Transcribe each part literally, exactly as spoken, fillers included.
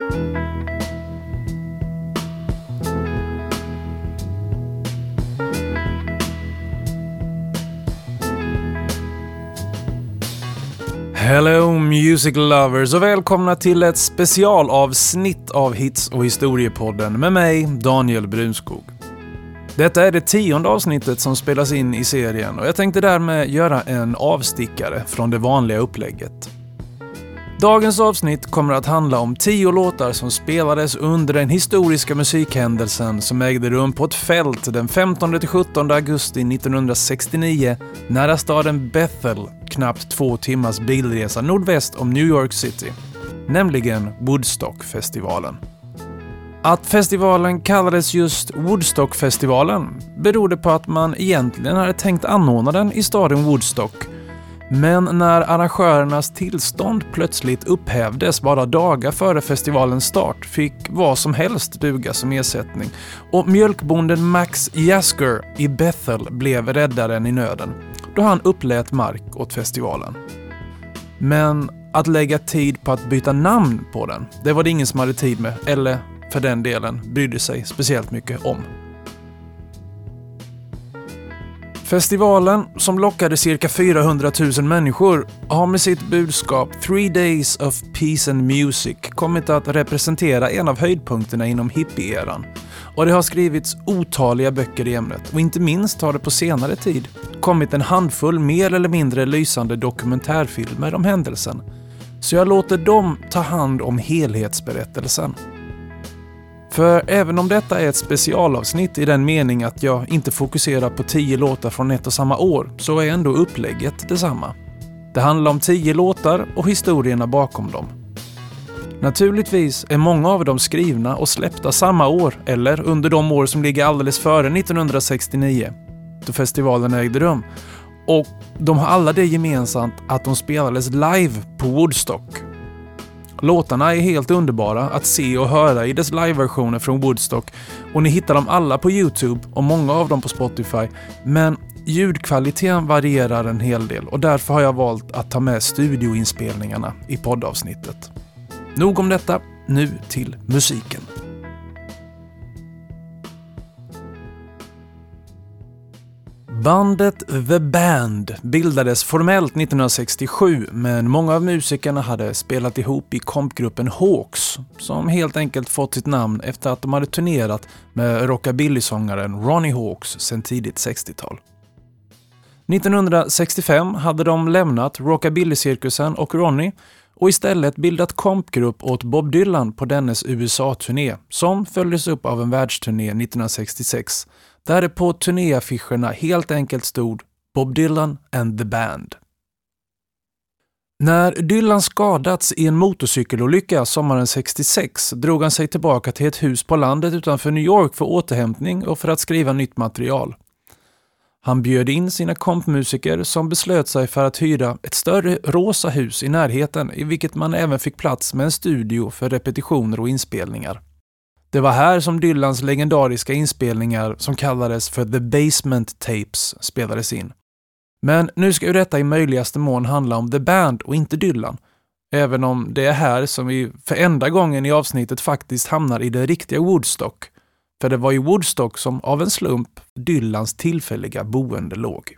Hello music lovers och välkomna till ett specialavsnitt av Hits- och historiepodden med mig, Daniel Brunskog. Detta är det tionde avsnittet som spelas in i serien och jag tänkte därmed göra en avstickare från det vanliga upplägget. Dagens avsnitt kommer att handla om tio låtar som spelades under den historiska musikhändelsen som ägde rum på ett fält den femtonde till sjuttonde augusti nittonhundrasextionio nära staden Bethel, knappt två timmars bilresa nordväst om New York City, nämligen Woodstockfestivalen. Att festivalen kallades just Woodstockfestivalen berodde på att man egentligen hade tänkt anordna den i staden Woodstock. Men när arrangörernas tillstånd plötsligt upphävdes bara dagar före festivalens start fick vad som helst duga som ersättning. Och mjölkbonden Max Yasker i Bethel blev räddaren i nöden då han upplät mark åt festivalen. Men att lägga tid på att byta namn på den, det var det ingen som hade tid med eller för den delen brydde sig speciellt mycket om. Festivalen, som lockade cirka fyrahundratusen människor, har med sitt budskap Three Days of Peace and Music kommit att representera en av höjdpunkterna inom hippie-eran. Och det har skrivits otaliga böcker i ämnet och inte minst har det på senare tid kommit en handfull mer eller mindre lysande dokumentärfilmer om händelsen. Så jag låter dem ta hand om helhetsberättelsen. För även om detta är ett specialavsnitt i den mening att jag inte fokuserar på tio låtar från ett och samma år så är ändå upplägget detsamma. Det handlar om tio låtar och historierna bakom dem. Naturligtvis är många av dem skrivna och släppta samma år eller under de år som ligger alldeles före nittonhundrasextionio då festivalen ägde rum. Och de har alla det gemensamt att de spelades live på Woodstock. Låtarna är helt underbara att se och höra i dess liveversioner från Woodstock och ni hittar dem alla på YouTube och många av dem på Spotify, men ljudkvaliteten varierar en hel del och därför har jag valt att ta med studioinspelningarna i poddavsnittet. Nog om detta, nu till musiken. Bandet The Band bildades formellt nittonhundrasextiosju, men många av musikerna hade spelat ihop i kompgruppen Hawks, som helt enkelt fått sitt namn efter att de hade turnerat med rockabilly-sångaren Ronnie Hawks sedan tidigt sextiotal. nittonhundrasextiofem hade de lämnat rockabilly-cirkusen och Ronnie och istället bildat kompgrupp åt Bob Dylan på dennes U S A-turné, som följdes upp av en världsturné nittonhundrasextiosex, där det på turnéaffischerna helt enkelt stod Bob Dylan and the Band. När Dylan skadats i en motorcykelolycka sommaren sextiosex drog han sig tillbaka till ett hus på landet utanför New York för återhämtning och för att skriva nytt material. Han bjöd in sina kompmusiker som beslöt sig för att hyra ett större rosa hus i närheten i vilket man även fick plats med en studio för repetitioner och inspelningar. Det var här som Dylans legendariska inspelningar som kallades för The Basement Tapes spelades in. Men nu ska ju detta i möjligaste mån handla om The Band och inte Dylan. Även om det är här som vi för enda gången i avsnittet faktiskt hamnar i det riktiga Woodstock. För det var i Woodstock som av en slump Dylans tillfälliga boende låg.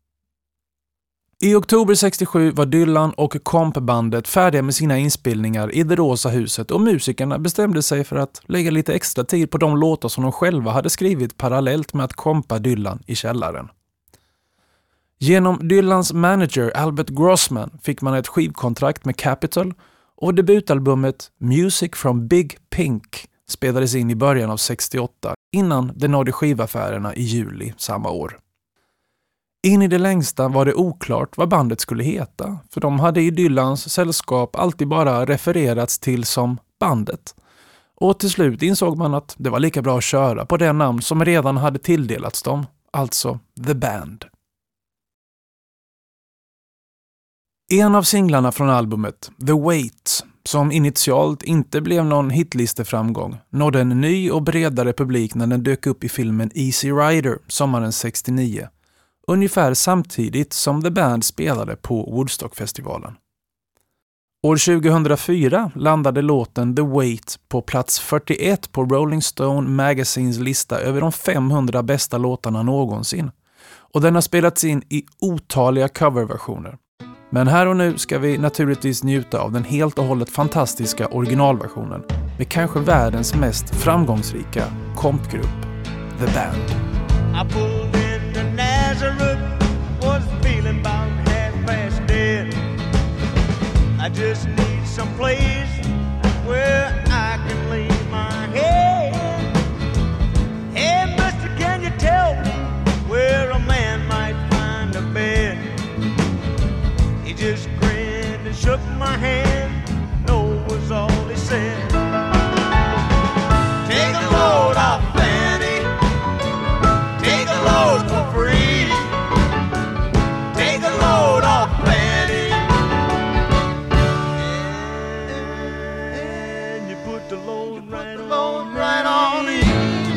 I oktober sextiosju var Dylan och kompbandet färdiga med sina inspelningar i det rosa huset och musikerna bestämde sig för att lägga lite extra tid på de låtar som de själva hade skrivit parallellt med att kompa Dylan i källaren. Genom Dylans manager Albert Grossman fick man ett skivkontrakt med Capitol och debutalbumet Music from Big Pink spelades in i början av sextioåtta innan det nådde skivaffärerna i juli samma år. In i det längsta var det oklart vad bandet skulle heta, för de hade i Dylans sällskap alltid bara refererats till som bandet. Och till slut insåg man att det var lika bra att köra på det namn som redan hade tilldelats dem, alltså The Band. En av singlarna från albumet, The Wait, som initialt inte blev någon hitlisteframgång, nådde en ny och bredare publik när den dök upp i filmen Easy Rider sommaren sextionio. Ungefär samtidigt som The Band spelade på Woodstockfestivalen. År tjugohundrafyra landade låten The Wait på plats fyrtioett på Rolling Stone Magazines lista över de femhundra bästa låtarna någonsin. Och den har spelats in i otaliga coverversioner. Men här och nu ska vi naturligtvis njuta av den helt och hållet fantastiska originalversionen med kanske världens mest framgångsrika kompgrupp, The Band. I pulled into Nazareth, was feeling about half past dead. I just need some place where I can lay my head. Hey, mister, can you tell me where a man might find a bed? He just grinned and shook my hand. No was all he said. Take a load off Fanny. Take a load for free. Take a load off Fanny. And you put the load right on, right on me.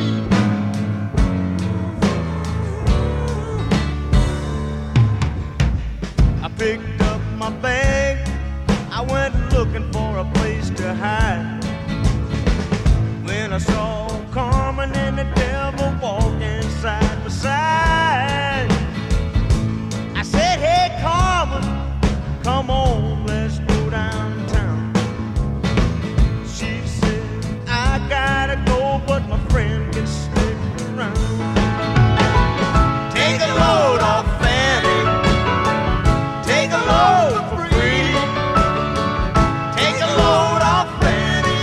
I picked up my bag. I went looking for a place to hide. When I saw Carmen and the devil walking side by side, I said, hey Carmen, come on, let's go downtown. She said, I gotta go, but my friend can stick around. Take a load off Fanny. Take a load for free. Take a load off Fanny.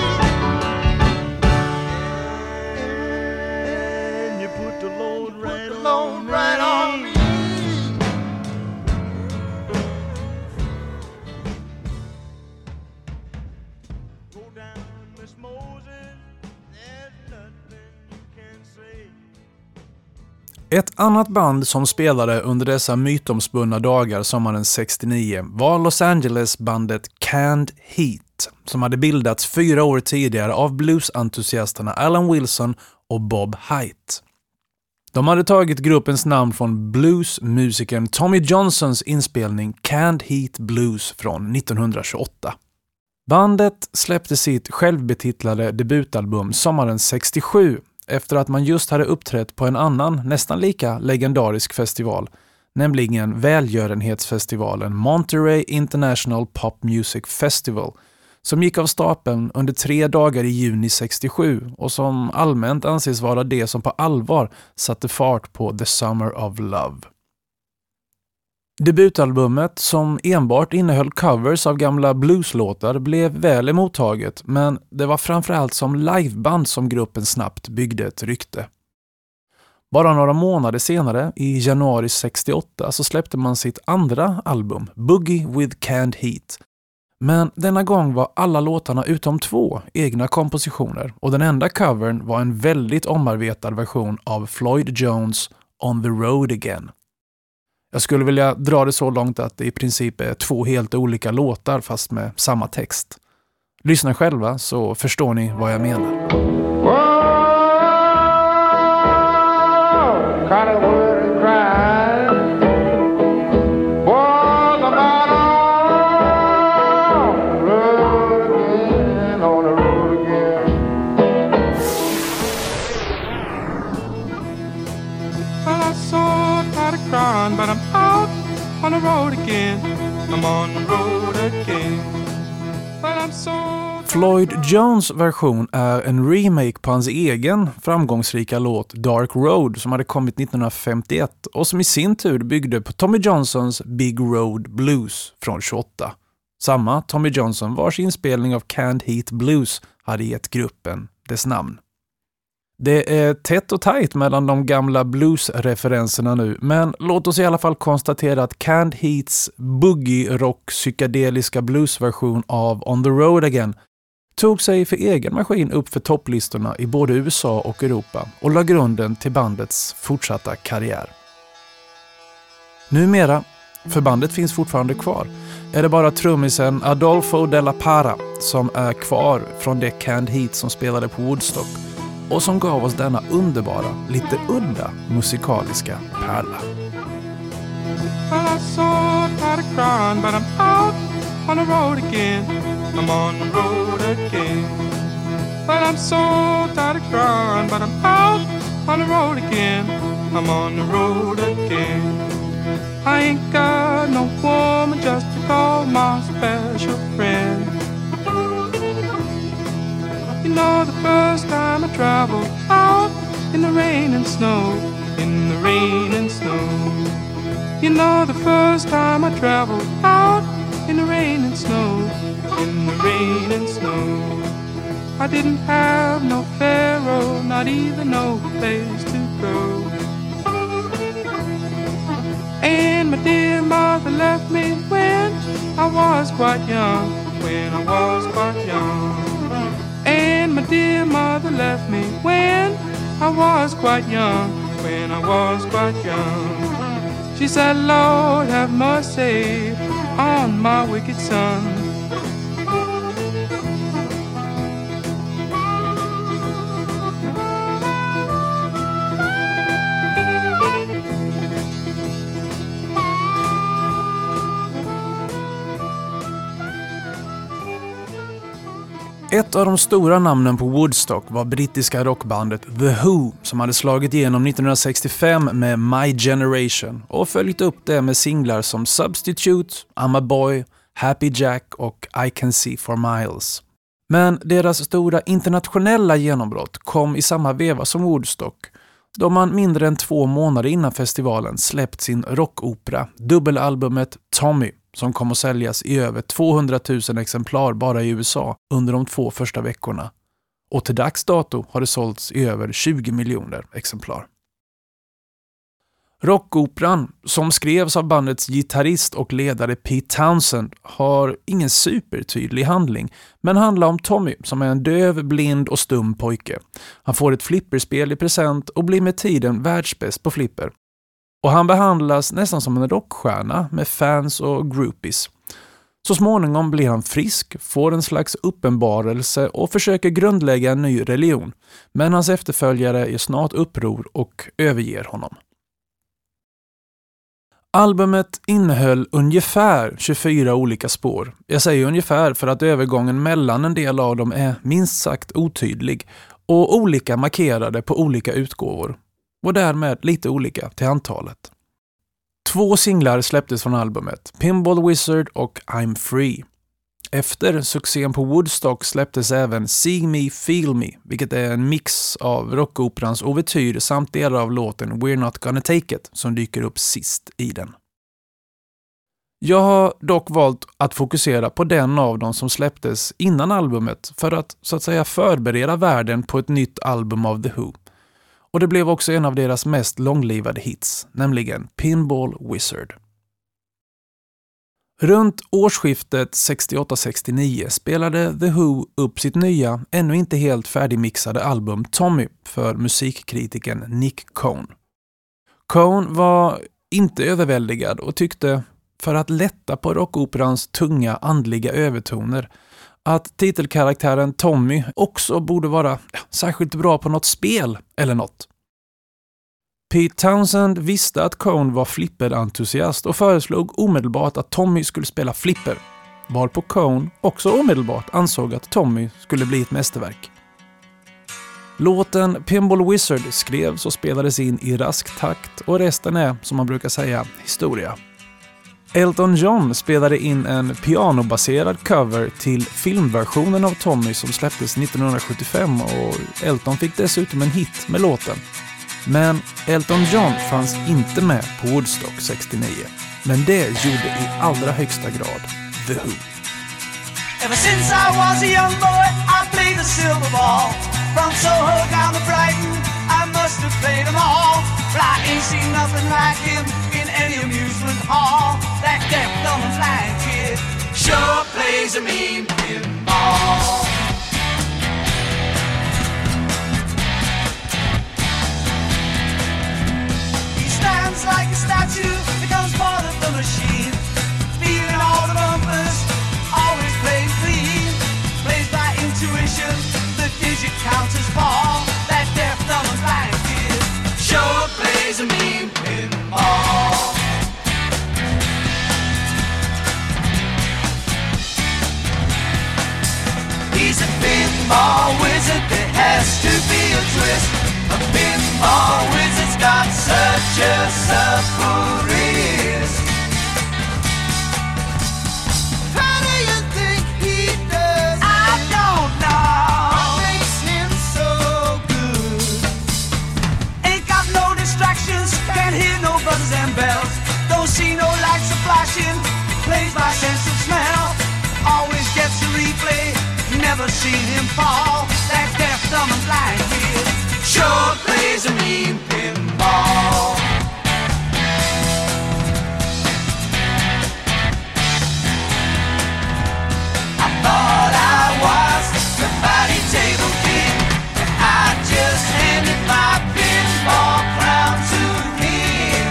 And you put the load right on, right on me. Go down, Miss Moses. There's nothing you can say. Ett annat band som spelade under dessa mytomspunna dagar sommaren sextionio var Los Angeles-bandet Canned Heat, som hade bildats fyra år tidigare av bluesentusiasterna Alan Wilson och Bob Haidt. De hade tagit gruppens namn från bluesmusikern Tommy Johnsons inspelning Canned Heat Blues från nittonhundratjugoåtta. Bandet släppte sitt självbetitlade debutalbum sommaren sextiosju efter att man just hade uppträtt på en annan, nästan lika legendarisk festival, nämligen välgörenhetsfestivalen Monterey International Pop Music Festival, som gick av stapeln under tre dagar i juni sextiosju och som allmänt anses vara det som på allvar satte fart på The Summer of Love. Debutalbumet, som enbart innehöll covers av gamla blueslåtar, blev väl emottaget, men det var framförallt som liveband som gruppen snabbt byggde ett rykte. Bara några månader senare, i januari sextioåtta, så släppte man sitt andra album, Boogie with Canned Heat. Men denna gång var alla låtarna utom två egna kompositioner, och den enda covern var en väldigt omarbetad version av Floyd Jones On the Road Again. Jag skulle vilja dra det så långt att det i princip är två helt olika låtar fast med samma text. Lyssna själva så förstår ni vad jag menar. But I'm out on the road again. I'm on the road again. But I'm so... Floyd Jones version är en remake på hans egen framgångsrika låt Dark Road som hade kommit nittonhundrafemtioett och som i sin tur byggde på Tommy Johnsons Big Road Blues från tjugoåtta. Samma Tommy Johnson vars inspelning av Canned Heat Blues hade gett gruppen dess namn. Det är tätt och tajt mellan de gamla blues-referenserna nu, men låt oss i alla fall konstatera att Canned Heats boogie-rock-psykedeliska bluesversion av On the Road Again tog sig för egen maskin upp för topplistorna i både U S A och Europa och la grunden till bandets fortsatta karriär. Numera, för bandet finns fortfarande kvar, är det bara trummisen Adolfo de la Parra som är kvar från det Canned Heat som spelade på Woodstock och som gav oss denna underbara, lite udda musikaliska pärla. Well, I saw it by the ground, but I'm out on the road again. I'm on the road again. Well, I'm so tired of crying, but I'm out on the road again. I'm on the road again. I ain't got no woman just to call my special friend. You know, the first time I traveled out in the rain and snow, in the rain and snow. You know, the first time I traveled out in the rain and snow, in the rain and snow. I didn't have no pharaoh, not even no place to go. And my dear mother left me when I was quite young, when I was quite young. And my dear mother left me when I was quite young, when I was quite young. She said, Lord, have mercy on my wicked son. Ett av de stora namnen på Woodstock var brittiska rockbandet The Who som hade slagit igenom nittonhundrasextiofem med My Generation och följt upp det med singlar som Substitute, I'm a Boy, Happy Jack och I Can See for Miles. Men deras stora internationella genombrott kom i samma veva som Woodstock, då man mindre än två månader innan festivalen släppt sin rockopera, dubbelalbumet Tommy, som kom att säljas i över tvåhundratusen exemplar bara i U S A under de två första veckorna. Och till dags dato har det sålts i över tjugo miljoner exemplar. Rockoperan, som skrevs av bandets gitarrist och ledare Pete Townshend, har ingen supertydlig handling, men handlar om Tommy som är en döv, blind och stum pojke. Han får ett flipperspel i present och blir med tiden världsbäst på flipper. Och han behandlas nästan som en rockstjärna med fans och groupies. Så småningom blir han frisk, får en slags uppenbarelse och försöker grundlägga en ny religion. Men hans efterföljare är snart uppror och överger honom. Albumet innehöll ungefär tjugofyra olika spår. Jag säger ungefär för att övergången mellan en del av dem är minst sagt otydlig och olika markerade på olika utgåvor. Och därmed lite olika till antalet. Två singlar släpptes från albumet, Pinball Wizard och I'm Free. Efter succén på Woodstock släpptes även See Me, Feel Me, vilket är en mix av rockoperans ouvertyr samt delar av låten We're Not Gonna Take It som dyker upp sist i den. Jag har dock valt att fokusera på den av dem som släpptes innan albumet för att så att säga förbereda världen på ett nytt album av The Who. Och det blev också en av deras mest långlivade hits, nämligen Pinball Wizard. Runt årsskiftet sextioåtta sextionio spelade The Who upp sitt nya, ännu inte helt färdigmixade album Tommy för musikkritikern Nick Cohn. Cohn var inte överväldigad och tyckte, för att lätta på rockoperans tunga andliga övertoner, att titelkaraktären Tommy också borde vara ja, särskilt bra på något spel eller något. Pete Townshend visste att Cohn var flipperentusiast och föreslog omedelbart att Tommy skulle spela flipper, varpå Cohn också omedelbart ansåg att Tommy skulle bli ett mästerverk. Låten Pinball Wizard skrevs och spelades in i rask takt och resten är, som man brukar säga, historia. Elton John spelade in en pianobaserad cover till filmversionen av Tommy som släpptes nittonhundrasjuttiofem och Elton fick dessutom en hit med låten. Men Elton John fanns inte med på Woodstock sextionio, men det gjorde i allra högsta grad The Who. Ever since I was a young boy, I played the silver ball. From Soho down to Brighton, I must have played them all. But I ain't seen nothing like him in any amusement hall. That deaf, dumb and blind kid sure plays a mean pinball. He stands like a statue, becomes part of the machine. Feeling all the bumpers, always playing clean. Plays by intuition, the digit counters fall. That deaf, dumb and blind kid sure plays a mean pinball. pinball wizard, there has to be a twist. A pinball wizard's got such a supple wrist. How do you think he does? I don't know. What makes him so good? Ain't got no distractions, can't hear no buzzers and bells. Don't see no lights a flashing, plays by sense of smell. Always gets a replay, never seen him fall. That deaf, dumb and blind kid sure plays a mean pinball. I thought I was the body table king, and I just handed my pinball crown to him.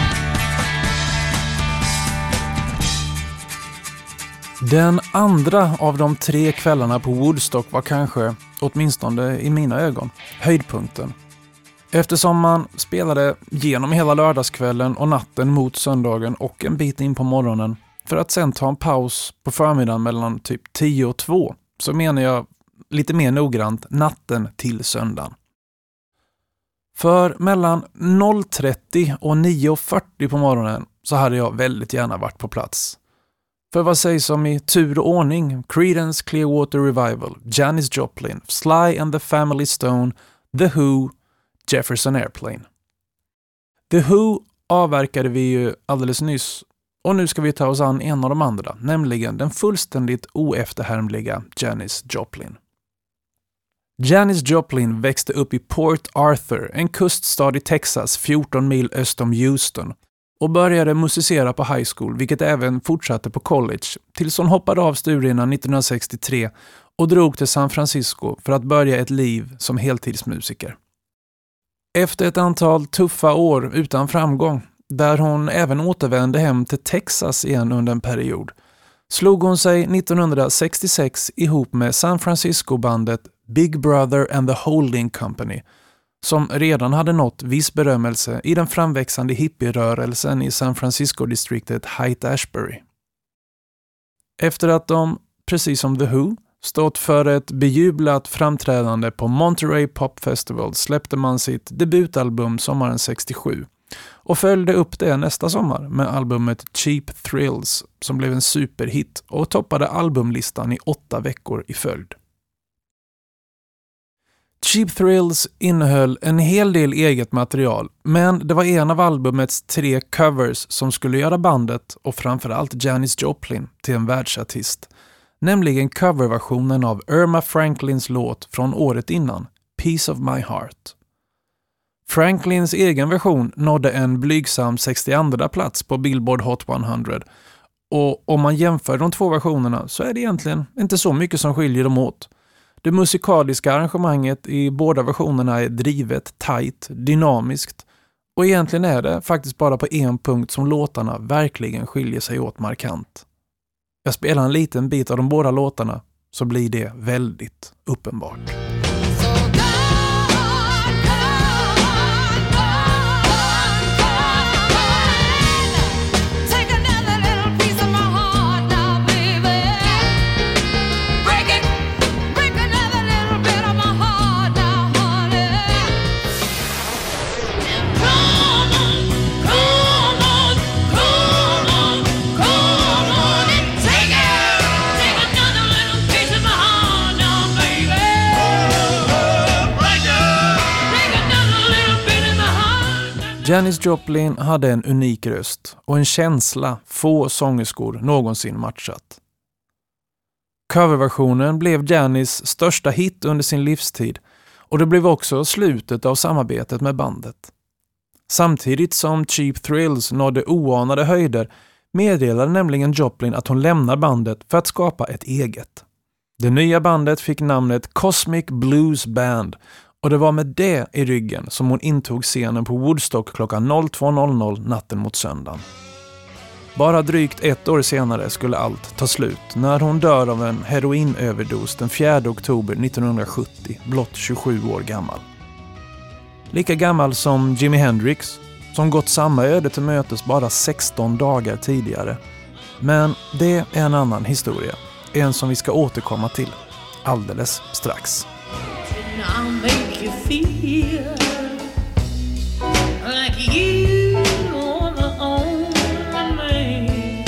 Den andra av de tre kvällarna på Woodstock var kanske, åtminstone i mina ögon, höjdpunkten. Eftersom man spelade genom hela lördagskvällen och natten mot söndagen och en bit in på morgonen för att sen ta en paus på förmiddagen mellan typ tio och två, så menar jag lite mer noggrant natten till söndagen. För mellan noll trettio och nio fyrtio på morgonen så hade jag väldigt gärna varit på plats. För vad sägs om i tur och ordning Creedence Clearwater Revival, Janis Joplin, Sly and the Family Stone, The Who, Jefferson Airplane. The Who avverkade vi ju alldeles nyss och nu ska vi ta oss an en av de andra, nämligen den fullständigt oefterhärmliga Janis Joplin. Janis Joplin växte upp i Port Arthur, en kuststad i Texas fjorton mil öst om Houston, och började musicera på high school, vilket även fortsatte på college, tills hon hoppade av studierna nittonhundrasextiotre och drog till San Francisco för att börja ett liv som heltidsmusiker. Efter ett antal tuffa år utan framgång, där hon även återvände hem till Texas igen under en period, slog hon sig nittonhundrasextiosex ihop med San Francisco-bandet Big Brother and the Holding Company, som redan hade nått viss berömmelse i den framväxande hippierörelsen i San Francisco-distriktet Haight-Ashbury. Efter att de, precis som The Who, stått för ett bejublat framträdande på Monterey Pop Festival släppte man sitt debutalbum sommaren sextiosju och följde upp det nästa sommar med albumet Cheap Thrills som blev en superhit och toppade albumlistan i åtta veckor i följd. Cheap Thrills innehöll en hel del eget material, men det var en av albumets tre covers som skulle göra bandet och framförallt Janis Joplin till en världsartist, nämligen coverversionen av Irma Franklins låt från året innan, Piece of My Heart. Franklins egen version nådde en blygsam sextioandra plats på Billboard Hot hundra, och om man jämför de två versionerna så är det egentligen inte så mycket som skiljer dem åt. Det musikaliska arrangemanget i båda versionerna är drivet, tight, dynamiskt, och egentligen är det faktiskt bara på en punkt som låtarna verkligen skiljer sig åt markant. Jag spelar en liten bit av de båda låtarna så blir det väldigt uppenbart. Janis Joplin hade en unik röst och en känsla få sångerskor någonsin matchat. Coverversionen blev Janis största hit under sin livstid och det blev också slutet av samarbetet med bandet. Samtidigt som Cheap Thrills nådde oanade höjder meddelade nämligen Joplin att hon lämnar bandet för att skapa ett eget. Det nya bandet fick namnet Cosmic Blues Band, och det var med det i ryggen som hon intog scenen på Woodstock klockan två natten mot söndagen. Bara drygt ett år senare skulle allt ta slut när hon dör av en heroinöverdos den fjärde oktober nittonhundrasjuttio, blott tjugosju år gammal. Lika gammal som Jimi Hendrix, som gått samma öde till mötes bara sexton dagar tidigare. Men det är en annan historia, en som vi ska återkomma till alldeles strax. I'll make you feel like you are the only man.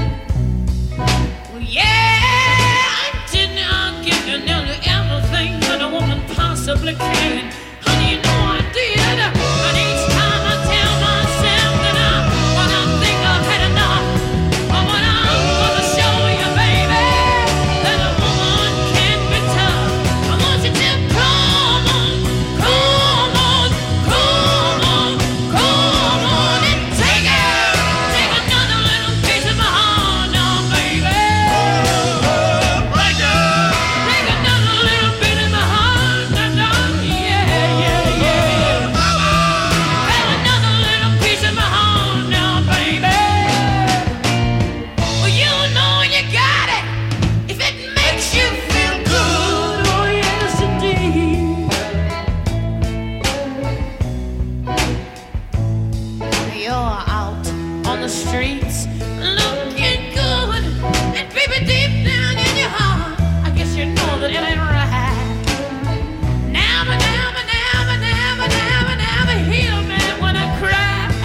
Well, yeah, I'll give you nearly everything that a woman possibly can. Honey, you know I did. But each time I tell myself that I, when I think I've had enough, or when I'm gonna show you, baby, that a woman can be tough. I want you to come on, come on, come on, come on and take it. Take another little piece of my heart now, baby. Break it. Take another little bit of my heart now, yeah, yeah, yeah. Take another little piece of my heart now, baby. Well, you know you got it if it makes you feel good. Oh, yes, indeed. You're out on the streets looking good, and baby, deep down in your heart, I guess you know that it ain't right. Never, never, never, never, never, never hear me when I cry.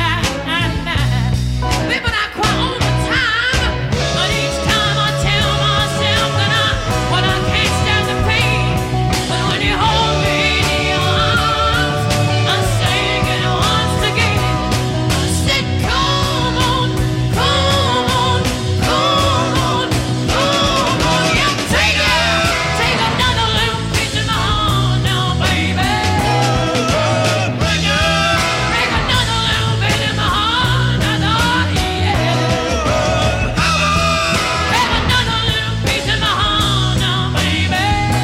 Baby, I cry all the time, but each time I tell myself that I, when I can't stand the pain, but when you hold me in your arms, I sing it once again. I said, come on, come on, come on, come on, yeah, take it, take another little piece of my heart now, baby. Break it, break another little bit of my heart now, yeah. Break another little piece of my heart now, baby.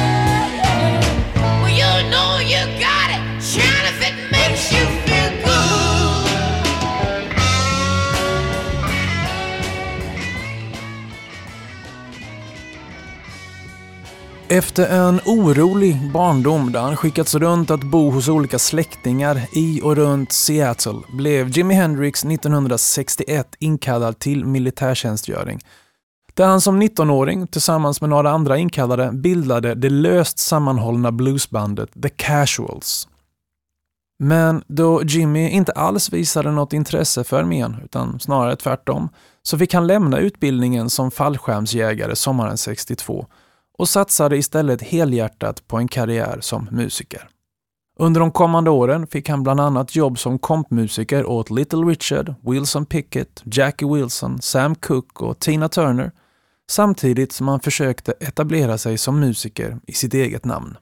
Well, you know you got it, shine if it makes you feel good. Efter en orolig barndom där han skickats runt att bo hos olika släktingar i och runt Seattle blev Jimi Hendrix nittonhundrasextioett inkallad till militärtjänstgöring, där han som nittonåring tillsammans med några andra inkallade bildade det löst sammanhållna bluesbandet The Casuals. Men då Jimmy inte alls visade något intresse för armén utan snarare tvärtom, så fick han lämna utbildningen som fallskärmsjägare sommaren sextiotvå och satsade istället helhjärtat på en karriär som musiker. Under de kommande åren fick han bland annat jobb som kompmusiker åt Little Richard, Wilson Pickett, Jackie Wilson, Sam Cooke och Tina Turner, samtidigt som han försökte etablera sig som musiker i sitt eget namn.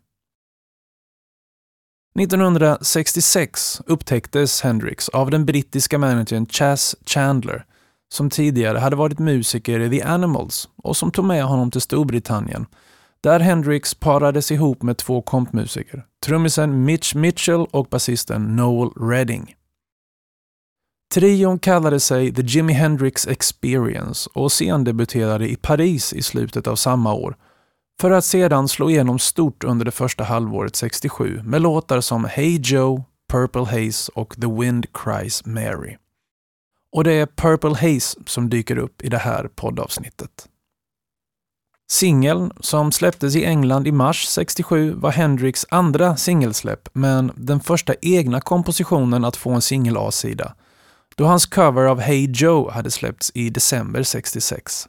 nittonhundrasextiosex upptäcktes Hendrix av den brittiska managern Chas Chandler, som tidigare hade varit musiker i The Animals och som tog med honom till Storbritannien, där Hendrix parades ihop med två kompmusiker, trummisen Mitch Mitchell och basisten Noel Redding. Trion kallade sig The Jimi Hendrix Experience och scendebuterade i Paris i slutet av samma år, för att sedan slå igenom stort under det första halvåret sextiosju med låtar som Hey Joe, Purple Haze och The Wind Cries Mary. Och det är Purple Haze som dyker upp i det här poddavsnittet. Singeln som släpptes i England i mars sextiosju var Hendrix andra singelsläpp, men den första egna kompositionen att få en singel A-sida, då hans cover av Hey Joe hade släppts i december sextiosex.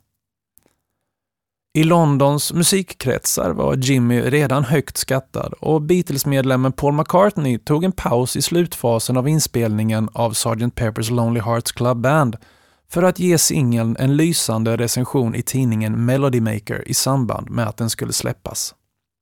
I Londons musikkretsar var Jimmy redan högt skattad och Beatles-medlemmen Paul McCartney tog en paus i slutfasen av inspelningen av sergeant Pepper's Lonely Hearts Club Band för att ge singeln en lysande recension i tidningen Melody Maker i samband med att den skulle släppas.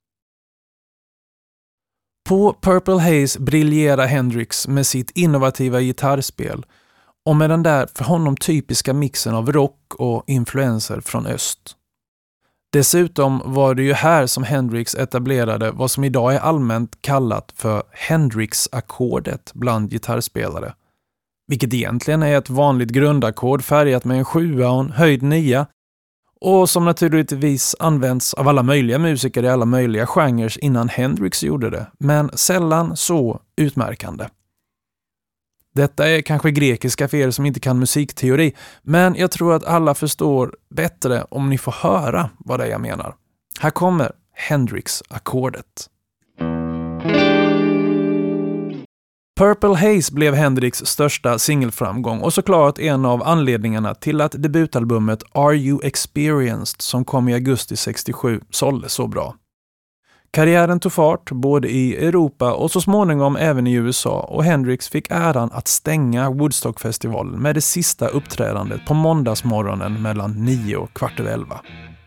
På Purple Haze briljerar Hendrix med sitt innovativa gitarrspel och med den där för honom typiska mixen av rock och influenser från öst. Dessutom var det ju här som Hendrix etablerade vad som idag är allmänt kallat för Hendrix-ackordet bland gitarrspelare, vilket egentligen är ett vanligt grundackord färgat med en sjua och en höjd nia och som naturligtvis används av alla möjliga musiker i alla möjliga genrer innan Hendrix gjorde det, men sällan så utmärkande. Detta är kanske grekiska för er som inte kan musikteori, men jag tror att alla förstår bättre om ni får höra vad det är jag menar. Här kommer Hendrix-ackordet. Purple Haze blev Hendrix största singelframgång och såklart en av anledningarna till att debutalbumet Are You Experienced som kom i augusti sextiosju sålde så bra. Karriären tog fart både i Europa och så småningom även i U S A och Hendrix fick äran att stänga Woodstock-festivalen med det sista uppträdandet på måndagsmorgonen mellan nio och kvart över elva.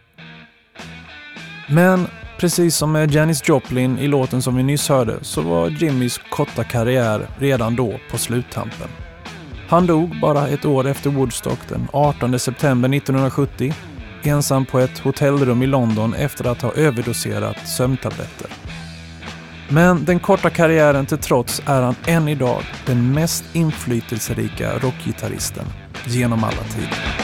Men precis som med Janis Joplin i låten som vi nyss hörde så var Jimmys korta karriär redan då på sluttampen. Han dog bara ett år efter Woodstock den artonde september nittonhundrasjuttio ensam på ett hotellrum i London efter att ha överdoserat sömntabletter. Men den korta karriären till trots är han än idag den mest inflytelserika rockgitarristen genom alla tider.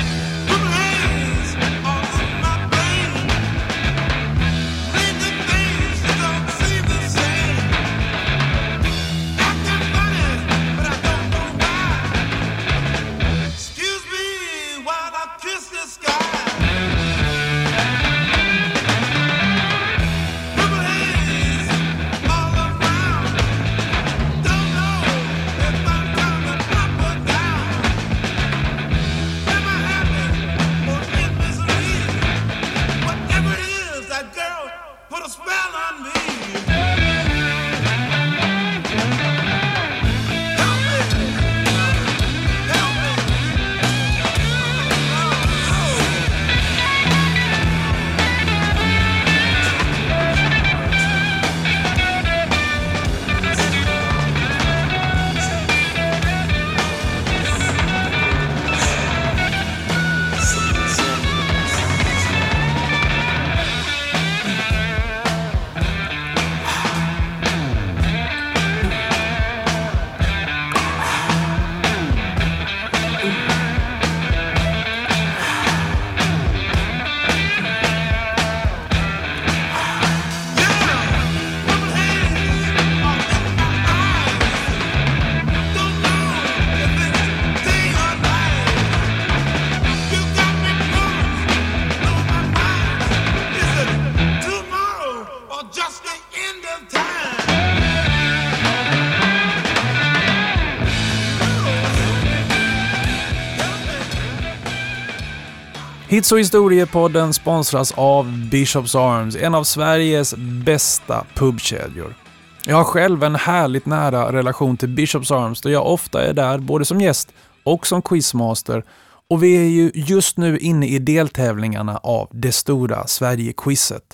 Hits och historiepodden sponsras av Bishops Arms, en av Sveriges bästa pubkedjor. Jag har själv en härligt nära relation till Bishops Arms då jag ofta är där både som gäst och som quizmaster, och vi är ju just nu inne i deltävlingarna av det stora Sverige-quizet.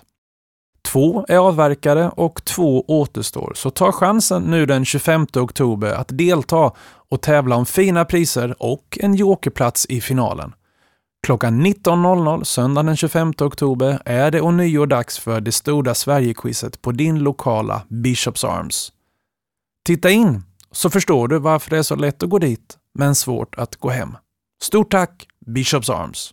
Två är avverkade och två återstår, så ta chansen nu den tjugofemte oktober att delta och tävla om fina priser och en jokerplats i finalen. Klockan nitton noll noll söndagen den tjugofemte oktober är det ånyo dags för det stora Sverige-quizet på din lokala Bishops Arms. Titta in så förstår du varför det är så lätt att gå dit men svårt att gå hem. Stort tack Bishops Arms!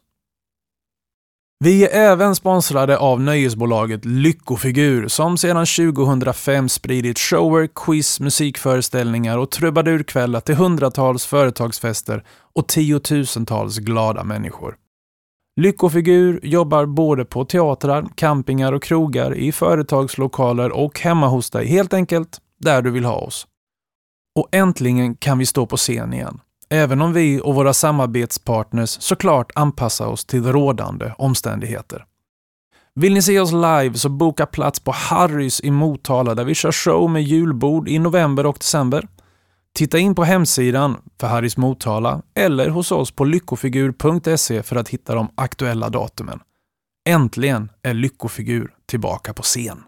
Vi är även sponsrade av nöjesbolaget Lyckofigur som sedan tjugohundrafem spridit shower, quiz, musikföreställningar och trubadurkvällar till hundratals företagsfester och tiotusentals glada människor. Lyckofigur jobbar både på teatrar, campingar och krogar, i företagslokaler och hemma hos dig, helt enkelt där du vill ha oss. Och äntligen kan vi stå på scen igen. Även om vi och våra samarbetspartners såklart anpassar oss till rådande omständigheter. Vill ni se oss live så boka plats på Harrys i Motala där vi kör show med julbord i november och december. Titta in på hemsidan för Harrys Motala eller hos oss på lyckofigur punkt se för att hitta de aktuella datumen. Äntligen är Lyckofigur tillbaka på scen.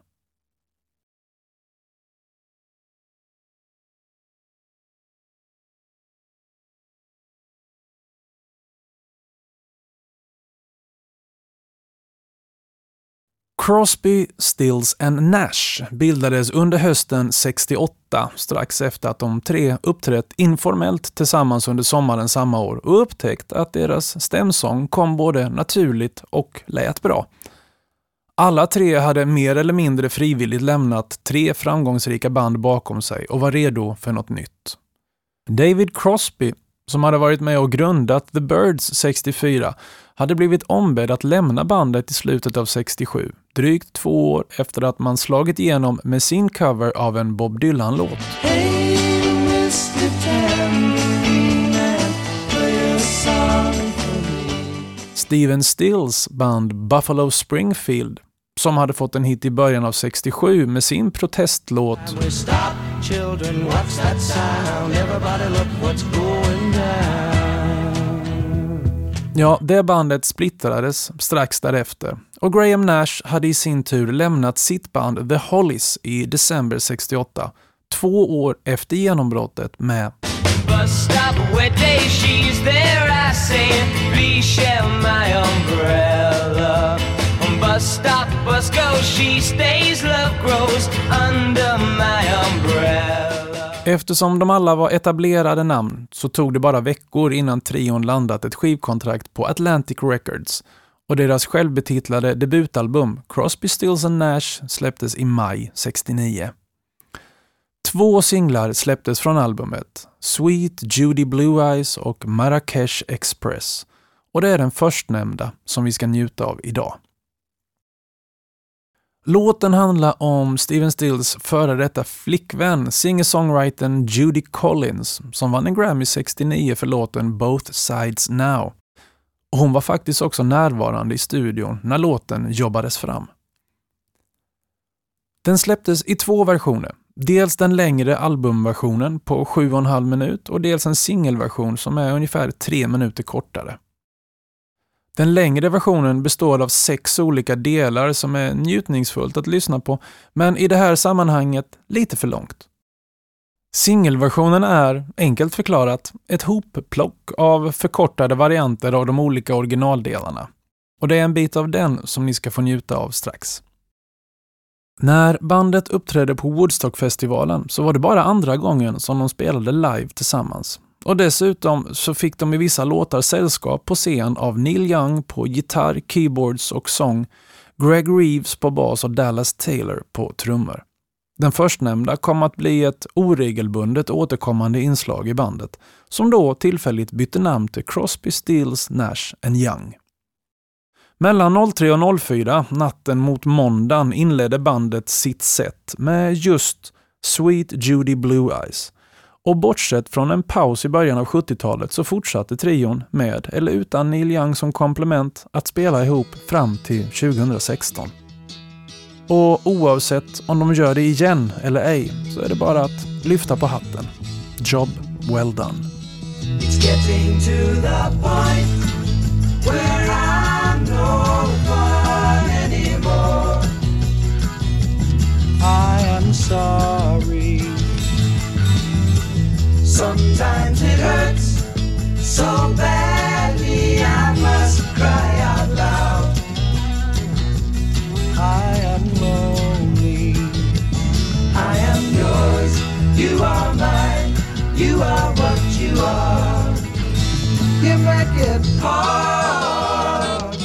Crosby, Stills and Nash bildades under hösten sextioåtta strax efter att de tre uppträtt informellt tillsammans under sommaren samma år och upptäckt att deras stämsång kom både naturligt och lät bra. Alla tre hade mer eller mindre frivilligt lämnat tre framgångsrika band bakom sig och var redo för något nytt. David Crosby, som hade varit med och grundat The Byrds sextiofyra, hade blivit ombedd att lämna bandet i slutet av sextiosju drygt två år efter att man slagit igenom med sin cover av en Bob Dylan-låt. Hey, mister Tambourine Man, play a song for me. Steven Stills band Buffalo Springfield, som hade fått en hit i början av sextiosju med sin protestlåt We stop, children, what's that sound? Everybody look what's going down. Ja, det bandet splittrades strax därefter och Graham Nash hade i sin tur lämnat sitt band The Hollies i december sextioåtta, två år efter genombrottet med Bus stop where day she's there, I say, please share my umbrella. On bus stop, bus goes, she stays, love grows under my umbrella. Eftersom de alla var etablerade namn så tog det bara veckor innan trion landat ett skivkontrakt på Atlantic Records och deras självbetitlade debutalbum Crosby, Stills and Nash släpptes i maj sextionio. Två singlar släpptes från albumet, Sweet Judy Blue Eyes och Marrakesh Express, och det är den förstnämnda som vi ska njuta av idag. Låten handlar om Steven Stills före detta flickvän, singer-songwritern Judy Collins, som vann en Grammy sextionio för låten Both Sides Now. Och hon var faktiskt också närvarande i studion när låten jobbades fram. Den släpptes i två versioner. Dels den längre albumversionen på sju och en halv minut och dels en singelversion som är ungefär tre minuter kortare. Den längre versionen består av sex olika delar som är njutningsfullt att lyssna på, men i det här sammanhanget lite för långt. Singelversionen är, enkelt förklarat, ett hopplock av förkortade varianter av de olika originaldelarna. Och det är en bit av den som ni ska få njuta av strax. När bandet uppträdde på Woodstock-festivalen så var det bara andra gången som de spelade live tillsammans. Och dessutom så fick de i vissa låtar sällskap på scen av Neil Young på gitarr, keyboards och sång, Greg Reeves på bas och Dallas Taylor på trummor. Den förstnämnda kom att bli ett oregelbundet återkommande inslag i bandet, som då tillfälligt bytte namn till Crosby, Stills, Nash and Young. Mellan noll tre och noll fyra, natten mot måndagen, inledde bandet sitt set med just Sweet Judy Blue Eyes. Och bortsett från en paus i början av sjuttiotalet så fortsatte trion med eller utan Neil Young som komplement att spela ihop fram till tjugohundrasexton. Och oavsett om de gör det igen eller ej så är det bara att lyfta på hatten. Job well done. It's getting to the point where I'm no fun anymore. I am sorry. Sometimes it hurts so badly I must cry out loud. I am lonely. I am yours. You are mine. You are what you are. You make it hard.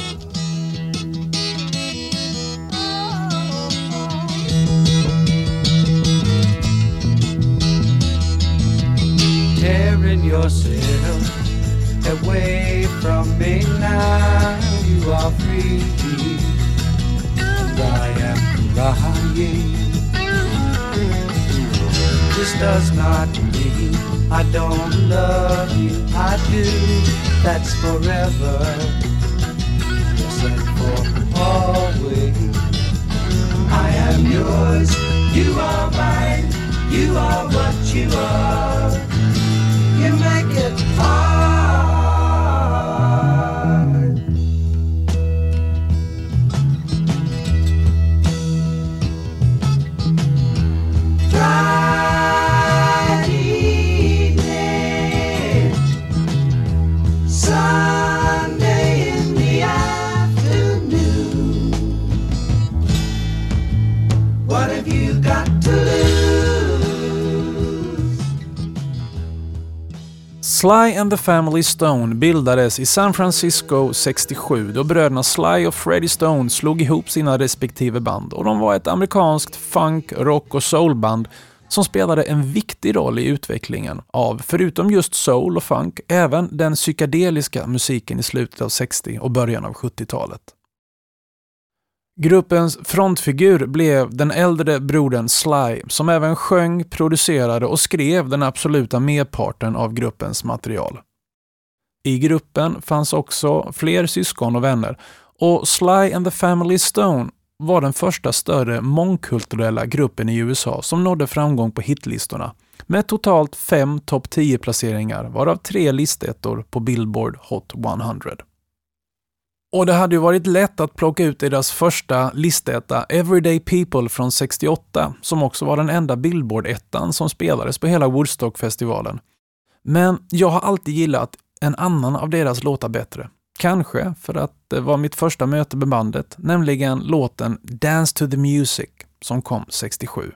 Tearing yourself away from me now. You are free and I am crying. This does not mean I don't love you. I do. That's forever. Yes, and for always. I am yours. You are mine. You are what you are. You make it hard. Sly and the Family Stone bildades i San Francisco sextiosju då bröderna Sly och Freddie Stone slog ihop sina respektive band, och de var ett amerikanskt funk, rock och soulband som spelade en viktig roll i utvecklingen av, förutom just soul och funk, även den psykedeliska musiken i slutet av sextio- och början av sjuttiotalet. Gruppens frontfigur blev den äldre brodern Sly, som även sjöng, producerade och skrev den absoluta merparten av gruppens material. I gruppen fanns också fler syskon och vänner, och Sly and the Family Stone var den första större mångkulturella gruppen i U S A som nådde framgång på hitlistorna, med totalt fem topp tio placeringar, varav tre listettor på Billboard Hot hundra. Och det hade ju varit lätt att plocka ut deras första listetta Everyday People från sextioåtta, som också var den enda Billboard-ettan som spelades på hela Woodstock-festivalen. Men jag har alltid gillat en annan av deras låtar bättre. Kanske för att det var mitt första möte med bandet, nämligen låten Dance to the Music som kom sextiosju.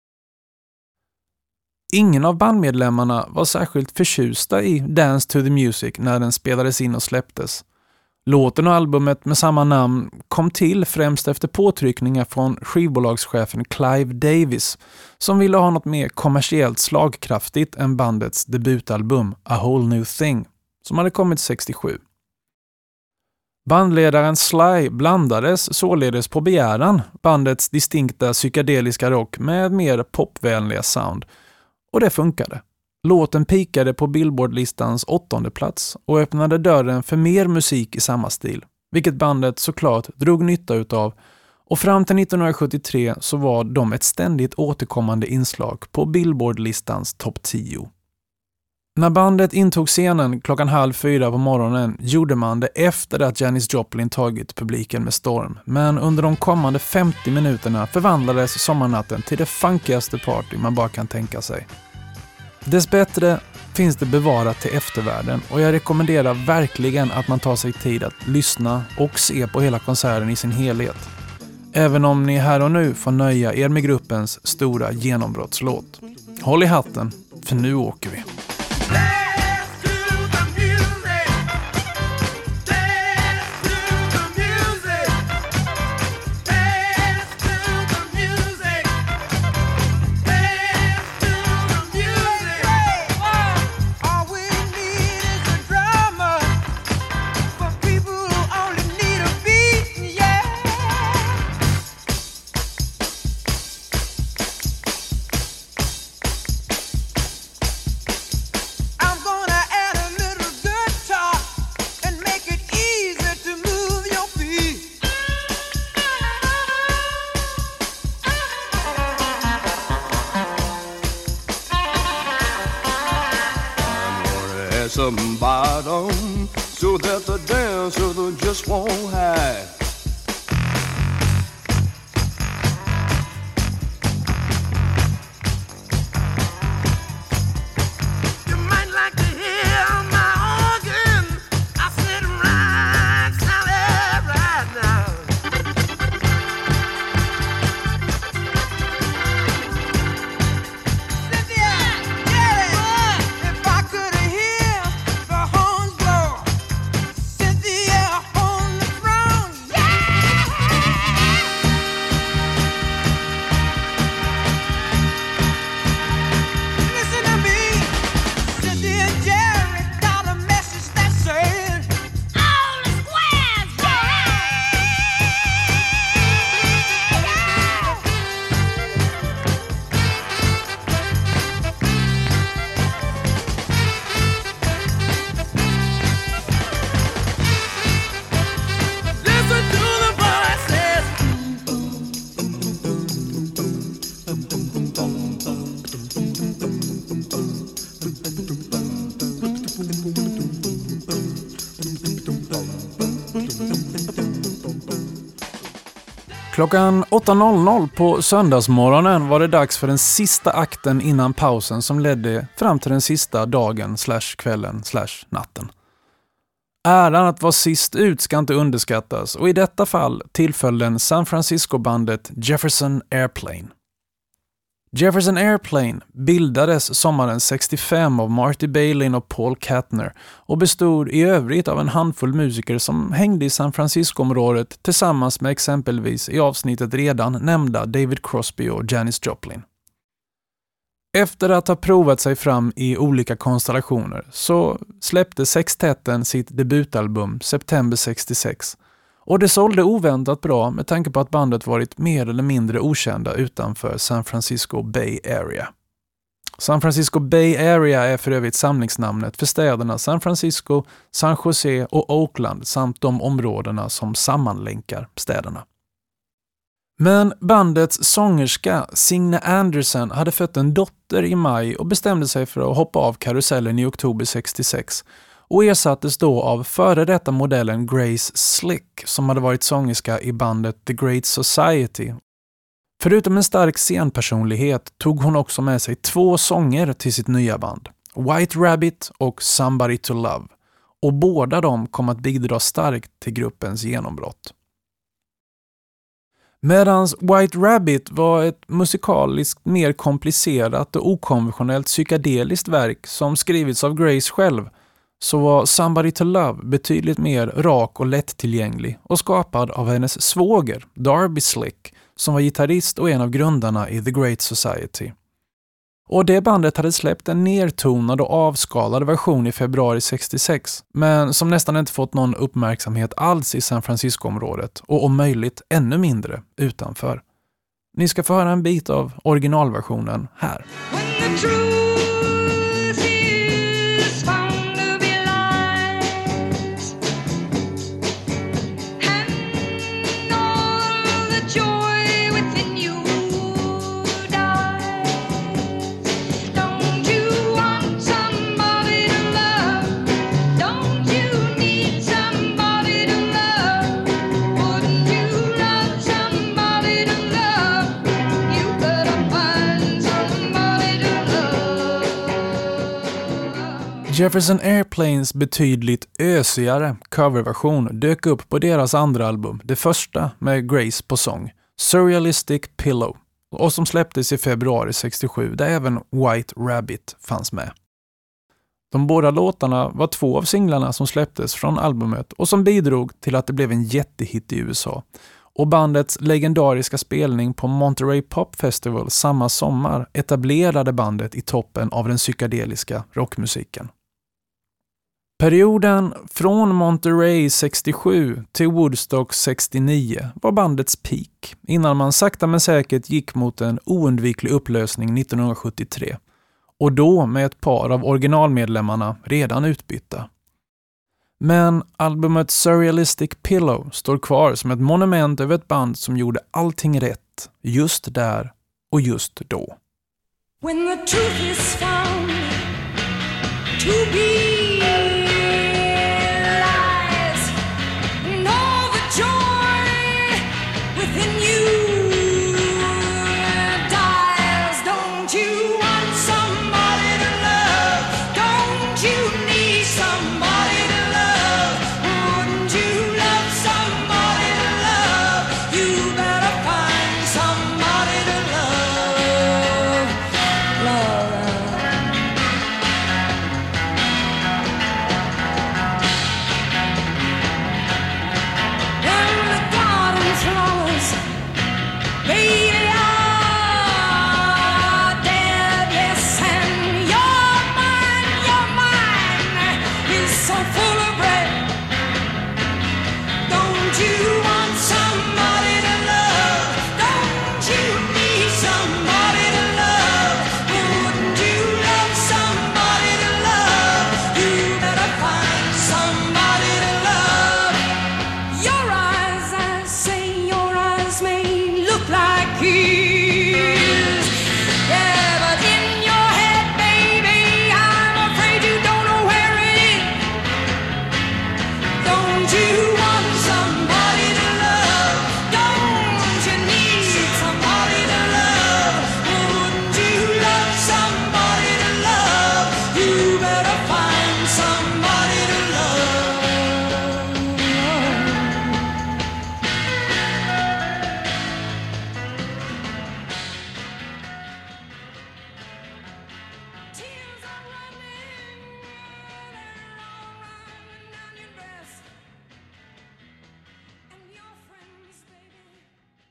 Ingen av bandmedlemmarna var särskilt förtjusta i Dance to the Music när den spelades in och släpptes. Låten och albumet med samma namn kom till främst efter påtryckningar från skivbolagschefen Clive Davis, som ville ha något mer kommersiellt slagkraftigt än bandets debutalbum A Whole New Thing, som hade kommit sextiosju. Bandledaren Sly blandades således på begäran bandets distinkta psykedeliska rock med mer popvänliga sound, och det funkade. Låten pikade på Billboard-listans åttonde plats och öppnade dörren för mer musik i samma stil, vilket bandet såklart drog nytta utav, och fram till nittonhundrasjuttiotre så var de ett ständigt återkommande inslag på Billboard-listans topp tio. När bandet intog scenen klockan halv fyra på morgonen gjorde man det efter att Janis Joplin tagit publiken med storm, men under de kommande femtio minuterna förvandlades sommarnatten till det funkigaste party man bara kan tänka sig. Dessbättre finns det bevarat till eftervärlden, och jag rekommenderar verkligen att man tar sig tid att lyssna och se på hela konserten i sin helhet. Även om ni här och nu får nöja er med gruppens stora genombrottslåt. Håll i hatten, för nu åker vi. Some bottom so that the dancer just won't hide. You might like to hear my organ. I sit right, solid right now. Cynthia, Jerry, if I could hear the horns blow, Cynthia on the throne, yeah! Listen to me, Cynthia and Jerry got a message that said, all the squares, listen to the voices. Klockan åtta på söndagsmorgonen var det dags för den sista akten innan pausen som ledde fram till den sista dagen slash kvällen slash natten. Äran att vara sist ut ska inte underskattas, och i detta fall tillföll den San Francisco-bandet Jefferson Airplane. Jefferson Airplane bildades sommaren sextiofem av Marty Balin och Paul Kattner och bestod i övrigt av en handfull musiker som hängde i San Francisco-området tillsammans med exempelvis i avsnittet redan nämnda David Crosby och Janis Joplin. Efter att ha provat sig fram i olika konstellationer så släppte sextetten sitt debutalbum september sextiosex, Och det sålde oväntat bra med tanke på att bandet varit mer eller mindre okända utanför San Francisco Bay Area. San Francisco Bay Area är för övrigt samlingsnamnet för städerna San Francisco, San Jose och Oakland samt de områdena som sammanlänkar städerna. Men bandets sångerska Signe Anderson hade fött en dotter i maj och bestämde sig för att hoppa av karusellen i oktober sextiosex och ersattes då av före detta modellen Grace Slick som hade varit sångerska i bandet The Great Society. Förutom en stark scenpersonlighet tog hon också med sig två sånger till sitt nya band, White Rabbit och Somebody to Love, och båda de kom att bidra starkt till gruppens genombrott. Medans White Rabbit var ett musikaliskt mer komplicerat och okonventionellt psykedeliskt verk som skrivits av Grace själv, så var Somebody to Love betydligt mer rak och lättillgänglig och skapad av hennes svåger, Darby Slick, som var gitarrist och en av grundarna i The Great Society. Och det bandet hade släppt en nertonad och avskalad version i februari sextiosex, men som nästan inte fått någon uppmärksamhet alls i San Francisco-området och om möjligt ännu mindre utanför. Ni ska få höra en bit av originalversionen här. Jefferson Airplanes betydligt ösigare coverversion dök upp på deras andra album, det första med Grace på sång, Surrealistic Pillow, och som släpptes i februari sextiosju där även White Rabbit fanns med. De båda låtarna var två av singlarna som släpptes från albumet och som bidrog till att det blev en jättehit i U S A. Och bandets legendariska spelning på Monterey Pop Festival samma sommar etablerade bandet i toppen av den psykedeliska rockmusiken. Perioden från Monterey sextiosju till Woodstock sextionio var bandets peak innan man sakta men säkert gick mot en oundviklig upplösning nittonhundrasjuttiotre. Och då med ett par av originalmedlemmarna redan utbytta. Men albumet Surrealistic Pillow står kvar som ett monument över ett band som gjorde allting rätt just där och just då. When the truth is found to be lies, and all the joy within you dies. Don't you want somebody to love? Don't you need somebody to love? Wouldn't you love somebody to love? You better find somebody to love. Love. And the garden flowers, baby, are dead, yes, and your mind, your mind is so full of red. Don't you want somebody to love? Don't you need somebody to love? Wouldn't you love somebody to love? You better find somebody to love. Your eyes, I say, your eyes may look like his. Yeah, but in your head, baby, I'm afraid you don't know where it is. Don't you want somebody to love? Don't you need somebody to love? Wouldn't you love somebody to love? You better find somebody to love. Tears are running down your dress, and your friends, baby.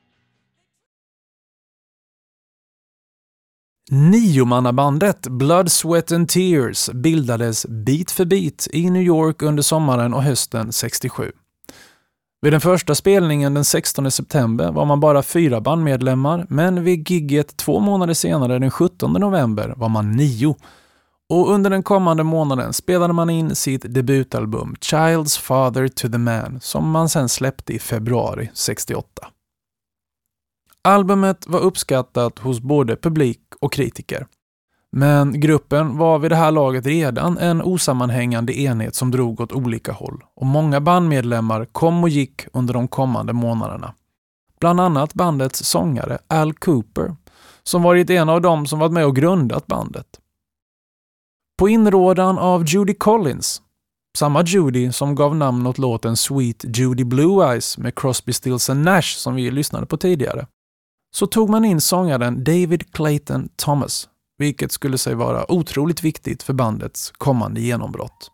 Niomannabandet Blood, Sweat and Tears bildades bit för bit i New York under sommaren och hösten sextiosju. Vid den första spelningen den sextonde september var man bara fyra bandmedlemmar, men vid gigget två månader senare den sjuttonde november var man nio. Och under den kommande månaden spelade man in sitt debutalbum Child's Father to the Man, som man sen släppte i februari sextioåtta. Albumet var uppskattat hos både publik och kritiker. Men gruppen var vid det här laget redan en osammanhängande enhet som drog åt olika håll, och många bandmedlemmar kom och gick under de kommande månaderna. Bland annat bandets sångare Al Cooper, som varit en av dem som varit med och grundat bandet. På inrådan av Judy Collins, samma Judy som gav namn åt låten Sweet Judy Blue Eyes med Crosby, Stills and Nash som vi lyssnade på tidigare, så tog man in sångaren David Clayton Thomas, vilket skulle sig vara otroligt viktigt för bandets kommande genombrott.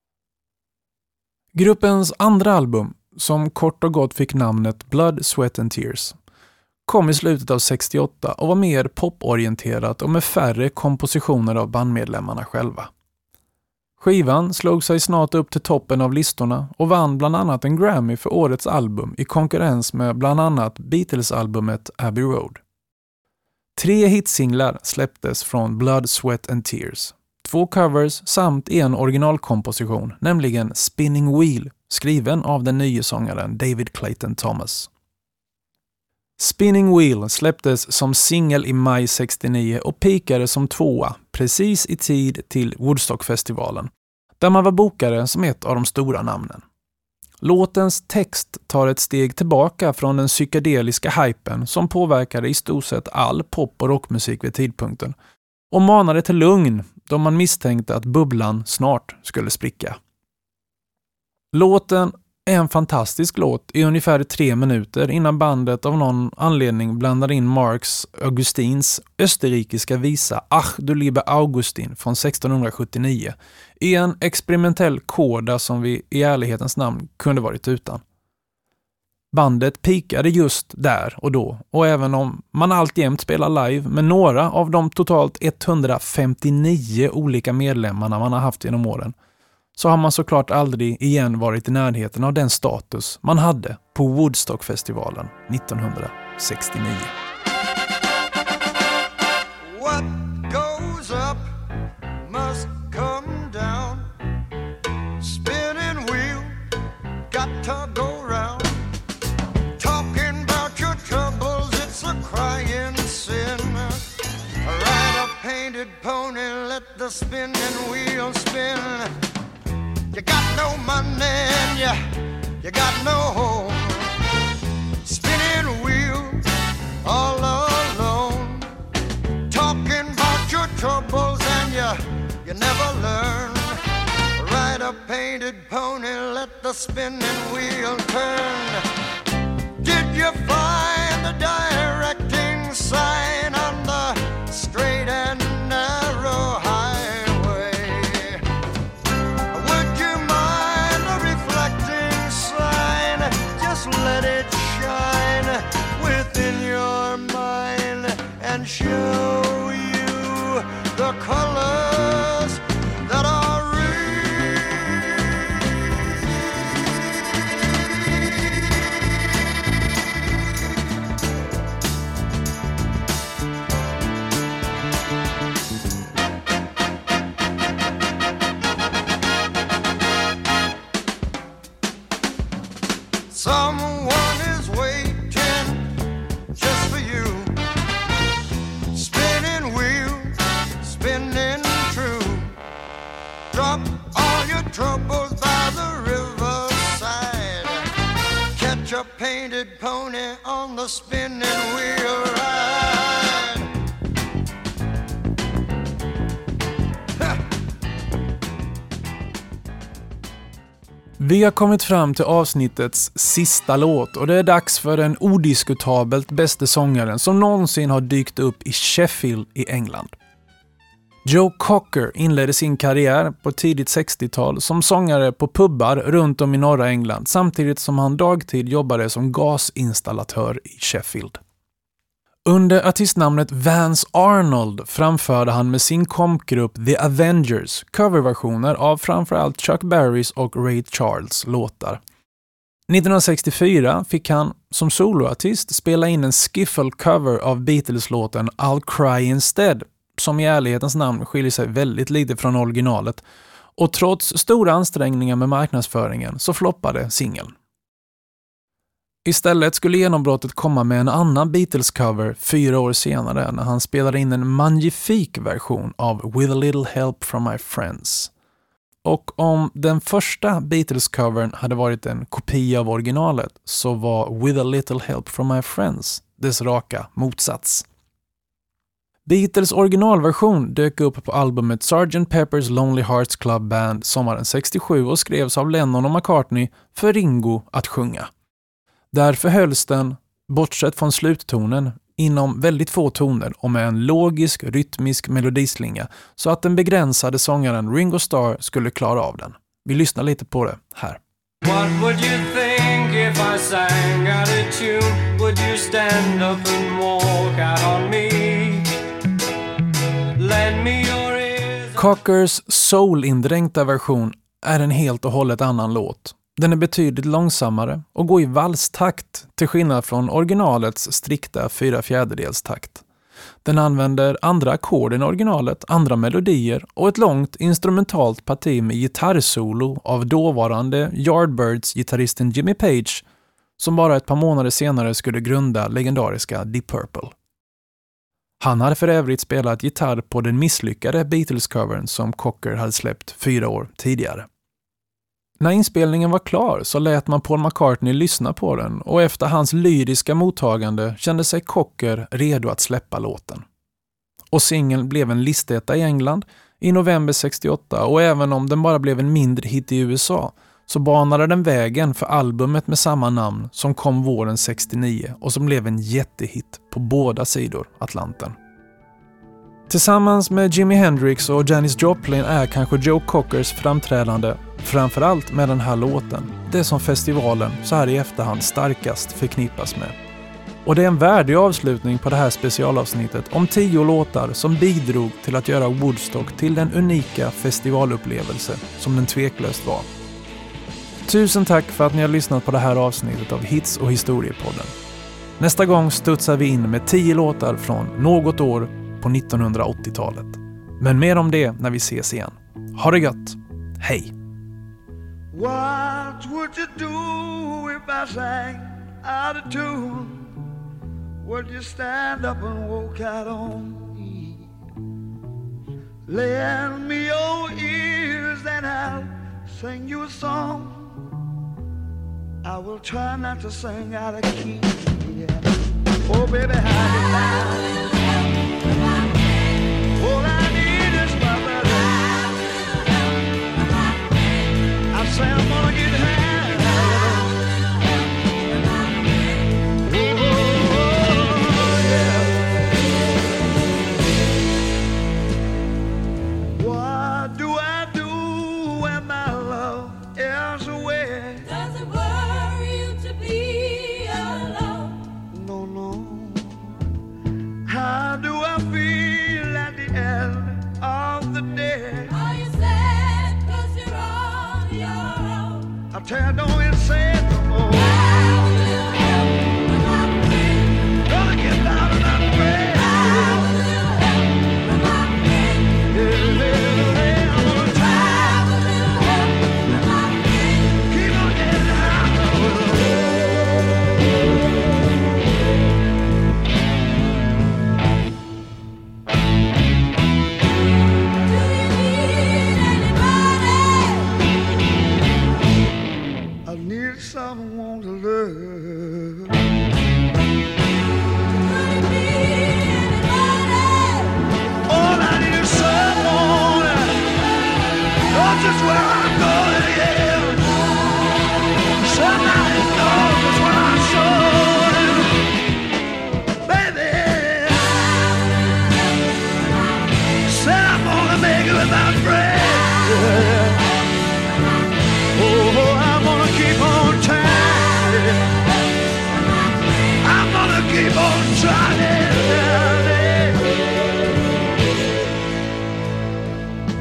Gruppens andra album, som kort och gott fick namnet Blood, Sweat and Tears, kom i slutet av sextioåtta och var mer poporienterat och med färre kompositioner av bandmedlemmarna själva. Skivan slog sig snart upp till toppen av listorna och vann bland annat en Grammy för årets album i konkurrens med bland annat Beatles-albumet Abbey Road. Tre hitsinglar släpptes från Blood, Sweat and Tears. Två covers samt en originalkomposition, nämligen Spinning Wheel, skriven av den nya sångaren David Clayton Thomas. Spinning Wheel släpptes som singel i maj sextionio och pikade som tvåa precis i tid till Woodstockfestivalen, där man var bokare som ett av de stora namnen. Låtens text tar ett steg tillbaka från den psykedeliska hypen som påverkade i stort sett all pop- och rockmusik vid tidpunkten och manade till lugn då man misstänkte att bubblan snart skulle spricka. Låten är en fantastisk låt i ungefär tre minuter innan bandet av någon anledning blandar in Marx Augustins österrikiska visa Ach du liebe Augustin från sextonhundrasjuttionio i en experimentell koda som vi i ärlighetens namn kunde varit utan. Bandet pikade just där och då, och även om man alltjämt spelar live med några av de totalt etthundrafemtionio olika medlemmarna man har haft genom åren, så har man såklart aldrig igen varit i närheten av den status man hade på Woodstockfestivalen nittonhundrasextionio. What goes up must come down. Spinning wheel, got to go round. Talking about your troubles, it's a crying sin. Ride a painted pony, let the spinning wheel spin. You got no money and you, you got no home. Spinning wheel all alone. Talking about your troubles and you, you never learn. Ride a painted pony, let the spinning wheel turn. Did you find the directing sign on the straight and narrow highway? Would you mind a reflecting sign? Just let it shine within your mind and show you the colors that are real. Someone is waiting just for you. Spinning wheel, spinning true. Drop all your troubles by the riverside. Catch a painted pony on the spinning wheel ride. Ha! Vi har kommit fram till avsnittets sista låt och det är dags för den odiskutabelt bästa sångaren som någonsin har dykt upp i Sheffield i England. Joe Cocker inledde sin karriär på tidigt sextiotal som sångare på pubbar runt om i norra England samtidigt som han dagtid jobbade som gasinstallatör i Sheffield. Under artistnamnet Vance Arnold framförde han med sin kompgrupp The Avengers coverversioner av framförallt Chuck Berrys och Ray Charles låtar. nittonhundrasextiofyra fick han som soloartist spela in en skiffle-cover av Beatles-låten I'll Cry Instead, som i ärlighetens namn skiljer sig väldigt lite från originalet, och trots stora ansträngningar med marknadsföringen så floppade singeln. Istället skulle genombrottet komma med en annan Beatles-cover fyra år senare när han spelade in en magnifik version av With a Little Help from My Friends. Och om den första Beatles-covern hade varit en kopia av originalet så var With a Little Help from My Friends dess raka motsats. Beatles originalversion dök upp på albumet sergeant Pepper's Lonely Hearts Club Band sommaren sextiosju och skrevs av Lennon och McCartney för Ringo att sjunga. Därför hölls den, bortsett från sluttonen, inom väldigt få toner och med en logisk, rytmisk melodislinga så att den begränsade sångaren Ringo Starr skulle klara av den. Vi lyssnar lite på det här. What would you think if I sang out of tune? Would you stand up and walk out on me? Lend me your ears. Cockers soul-indränkta version är en helt och hållet annan låt. Den är betydligt långsammare och går i valstakt till skillnad från originalets strikta fyra fjärdedels takt. Den använder andra ackord än originalet, andra melodier och ett långt instrumentalt parti med gitarrsolo av dåvarande Yardbirds-gitarristen Jimmy Page som bara ett par månader senare skulle grunda legendariska Deep Purple. Han hade för övrigt spelat gitarr på den misslyckade Beatles-covern som Cocker hade släppt fyra år tidigare. När inspelningen var klar så lät man Paul McCartney lyssna på den och efter hans lyriska mottagande kände sig Cocker redo att släppa låten. Och singeln blev en listetta i England i november sextioåtta och även om den bara blev en mindre hit i U S A så banade den vägen för albumet med samma namn som kom våren sextionio och som blev en jättehit på båda sidor Atlanten. Tillsammans med Jimi Hendrix och Janis Joplin är kanske Joe Cockers framträdande, framförallt med den här låten, det som festivalen så här i efterhand starkast förknippas med. Och det är en värdig avslutning på det här specialavsnittet om tio låtar som bidrog till att göra Woodstock till den unika festivalupplevelse som den tveklöst var. Tusen tack för att ni har lyssnat på det här avsnittet av Hits och historiepodden. Nästa gång studsar vi in med tio låtar från något år på nittonhundraåttiotalet. Men mer om det när vi ses igen. Ha det gött. Hej! What would you do if I sang out of tune? Would you stand up and walk out on me? Lend me your ears and I'll sing you a song. I will try not to sing out of key. Yeah. Oh baby, how do you all I need is my brother. I say I'm gonna get high. Oh, yeah. What do I do when my love is away? Does it worry you to be alone? No, no. How do I feel at the end of the day? Are you sad 'cause you're on your own? I tell you, don't even say it no more. How will you help when I'm free? Gonna get down and I'm afraid. How will you help when I'm free? Yeah, yeah, yeah, I'm gonna try. How will you help when I'm free? Keep on getting high. Do you need anybody? I need someone to love. All I need is someone. Knows just where I'm going, yeah. Somebody knows just where I'm going. Baby, said I'm gonna make it without bread. Oh, I'm gonna keep on trying. I'm gonna keep on trying.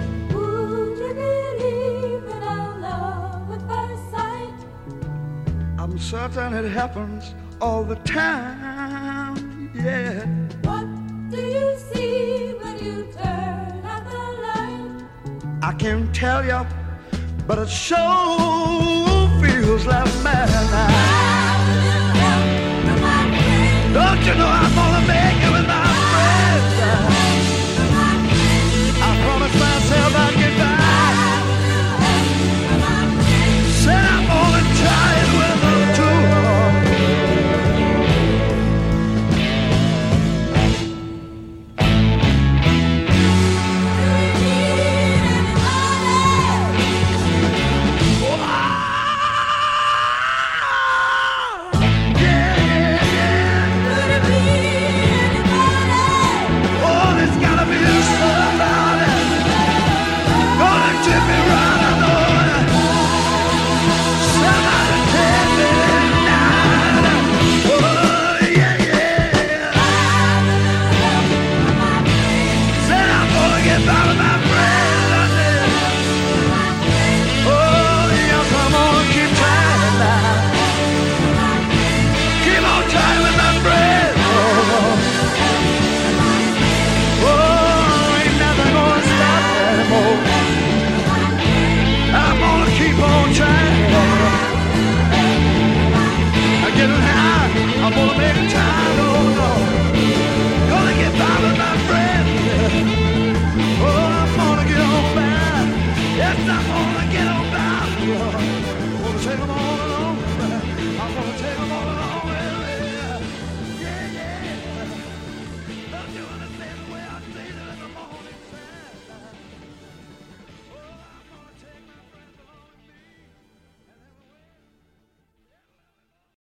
Would you believe in our love at first sight? Something that happens all the time, yeah. What do you see when you turn out the light? I can't tell you, but it sure feels like madness. Don't you know I'm gonna make it with my friends? I promised myself I'd get back. Said I'm gonna try it with them too. I'm gonna make a